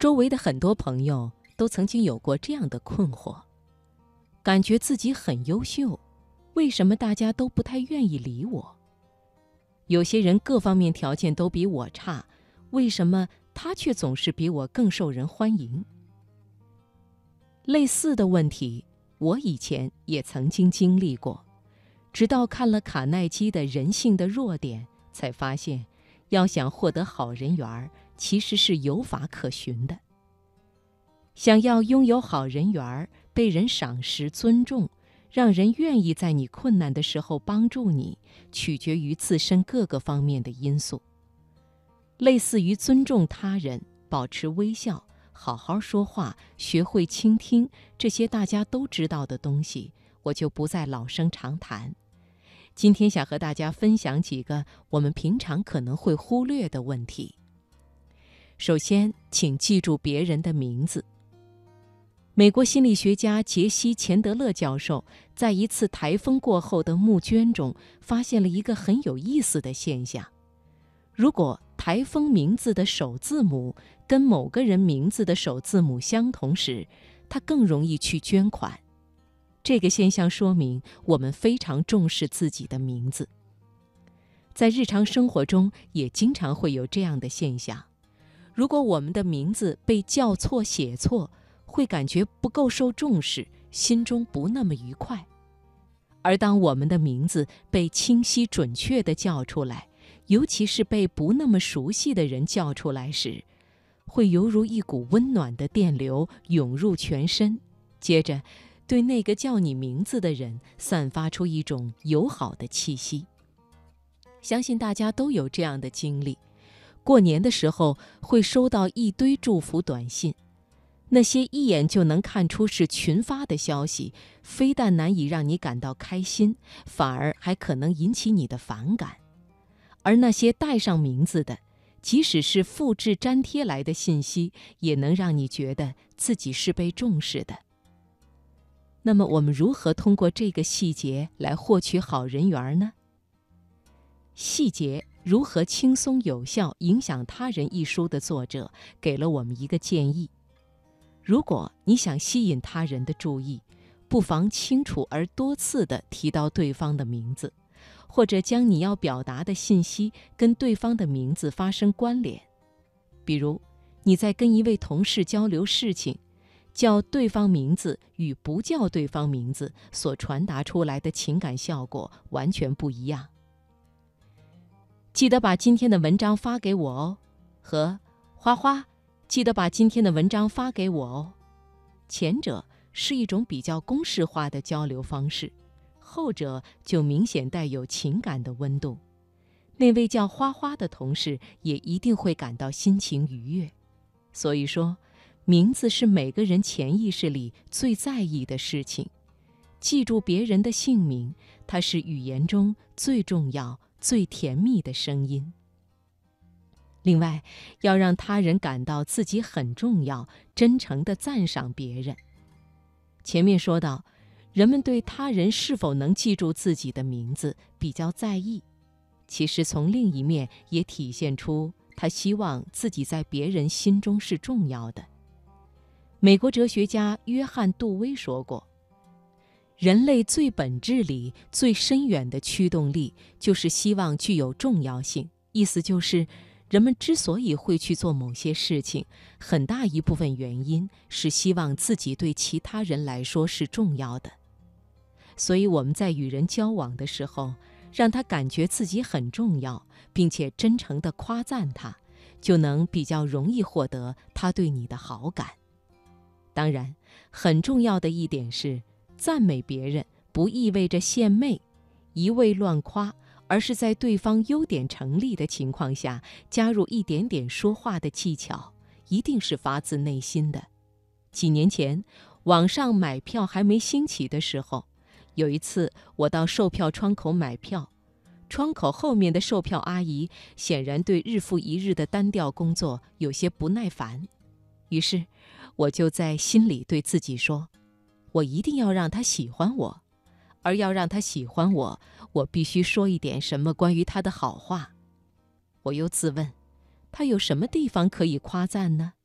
周围的很多朋友都曾经有过这样的困惑，感觉自己很优秀，为什么大家都不太愿意理我？有些人各方面条件都比我差，为什么他却总是比我更受人欢迎？类似的问题，我以前也曾经经历过，直到看了卡耐基的《人性的弱点》，才发现，要想获得好人缘，其实是有法可循的。想要拥有好人缘，被人赏识尊重，让人愿意在你困难的时候帮助你，取决于自身各个方面的因素。类似于尊重他人、保持微笑、好好说话、学会倾听，这些大家都知道的东西，我就不再老生常谈。今天想和大家分享几个我们平常可能会忽略的问题。首先，请记住别人的名字。美国心理学家杰西·钱德勒教授在一次台风过后的募捐中，发现了一个很有意思的现象：如果台风名字的首字母跟某个人名字的首字母相同时，他更容易去捐款。这个现象说明我们非常重视自己的名字。在日常生活中也经常会有这样的现象，如果我们的名字被叫错写错，会感觉不够受重视，心中不那么愉快。而当我们的名字被清晰准确地叫出来，尤其是被不那么熟悉的人叫出来时，会犹如一股温暖的电流涌入全身，接着对那个叫你名字的人散发出一种友好的气息。相信大家都有这样的经历，过年的时候会收到一堆祝福短信，那些一眼就能看出是群发的消息，非但难以让你感到开心，反而还可能引起你的反感。而那些带上名字的，即使是复制粘贴来的信息，也能让你觉得自己是被重视的。那么我们如何通过这个细节来获取好人缘呢？细节如何轻松有效影响他人一书的作者给了我们一个建议：如果你想吸引他人的注意，不妨清楚而多次地提到对方的名字，或者将你要表达的信息跟对方的名字发生关联。比如，你在跟一位同事交流事情，叫对方名字与不叫对方名字所传达出来的情感效果完全不一样。记得把今天的文章发给我哦，和花花，记得把今天的文章发给我哦。前者是一种比较公式化的交流方式，后者就明显带有情感的温度。那位叫花花的同事也一定会感到心情愉悦。所以说，名字是每个人潜意识里最在意的事情。记住别人的姓名，它是语言中最重要、最甜蜜的声音。另外，要让他人感到自己很重要，真诚地赞赏别人。前面说到，人们对他人是否能记住自己的名字比较在意，其实从另一面也体现出他希望自己在别人心中是重要的。美国哲学家约翰·杜威说过，人类最本质里最深远的驱动力就是希望具有重要性，意思就是人们之所以会去做某些事情，很大一部分原因是希望自己对其他人来说是重要的。所以我们在与人交往的时候，让他感觉自己很重要，并且真诚地夸赞他，就能比较容易获得他对你的好感。当然，很重要的一点是，赞美别人不意味着献媚，一味乱夸，而是在对方优点成立的情况下，加入一点点说话的技巧，一定是发自内心的。几年前，网上买票还没兴起的时候，有一次我到售票窗口买票，窗口后面的售票阿姨显然对日复一日的单调工作有些不耐烦，于是我就在心里对自己说，我一定要让她喜欢我，而要让她喜欢我，我必须说一点什么关于她的好话。我又自问，她有什么地方可以夸赞呢？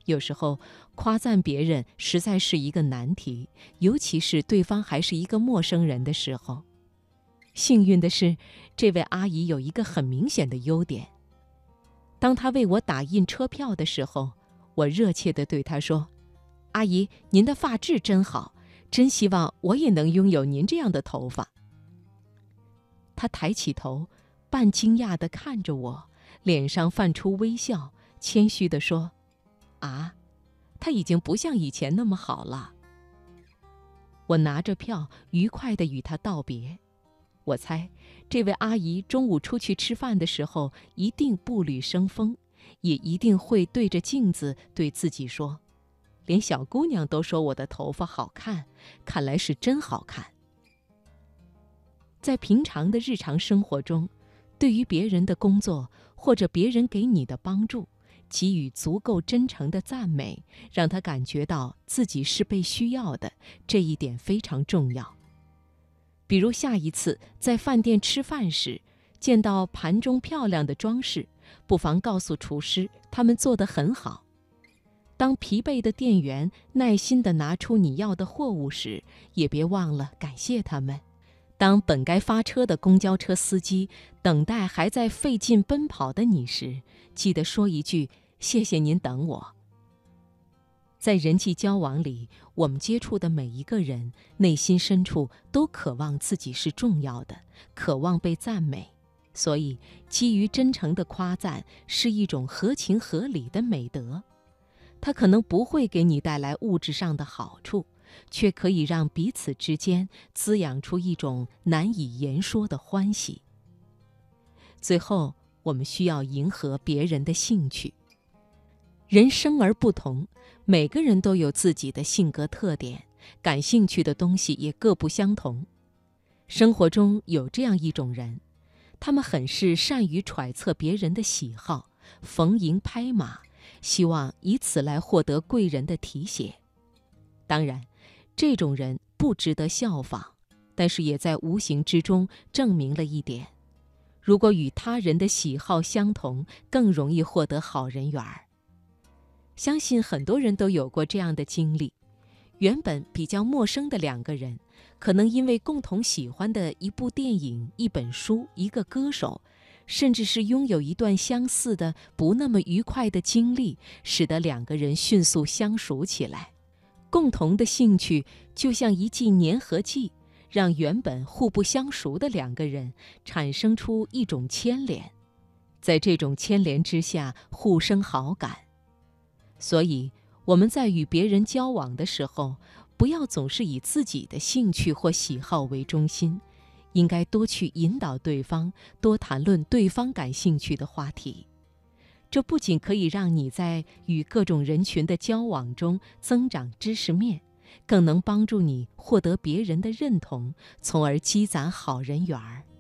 有时候夸赞别人实在是一个难题，尤其是对方还是一个陌生人的时候。幸运的是，这位阿姨有一个很明显的优点。当她为我打印车票的时候，我热切地对她说：阿姨，您的发质真好，真希望我也能拥有您这样的头发。她抬起头，半惊讶地看着我，脸上泛出微笑，谦虚地说：啊，她已经不像以前那么好了。我拿着票，愉快地与她道别。我猜，这位阿姨中午出去吃饭的时候，一定步履生风，也一定会对着镜子对自己说：连小姑娘都说我的头发好看，看来是真好看。在平常的日常生活中，对于别人的工作或者别人给你的帮助，给予足够真诚的赞美，让他感觉到自己是被需要的，这一点非常重要。比如下一次在饭店吃饭时，见到盘中漂亮的装饰，不妨告诉厨师他们做得很好。当疲惫的店员耐心地拿出你要的货物时，也别忘了感谢他们。当本该发车的公交车司机等待还在费劲奔跑的你时，记得说一句：谢谢您等我。在人际交往里，我们接触的每一个人，内心深处都渴望自己是重要的，渴望被赞美。所以，基于真诚的夸赞是一种合情合理的美德。它可能不会给你带来物质上的好处，却可以让彼此之间滋养出一种难以言说的欢喜。最后，我们需要迎合别人的兴趣。人生而不同，每个人都有自己的性格特点，感兴趣的东西也各不相同。生活中有这样一种人，他们很是善于揣测别人的喜好，逢迎拍马，希望以此来获得贵人的提携。当然，这种人不值得效仿，但是也在无形之中证明了一点：如果与他人的喜好相同，更容易获得好人缘儿。相信很多人都有过这样的经历，原本比较陌生的两个人，可能因为共同喜欢的一部电影、一本书、一个歌手，甚至是拥有一段相似的不那么愉快的经历，使得两个人迅速相熟起来。共同的兴趣就像一剂粘合剂，让原本互不相熟的两个人产生出一种牵连，在这种牵连之下互生好感。所以我们在与别人交往的时候，不要总是以自己的兴趣或喜好为中心，应该多去引导对方，多谈论对方感兴趣的话题。这不仅可以让你在与各种人群的交往中增长知识面，更能帮助你获得别人的认同，从而积攒好人缘儿。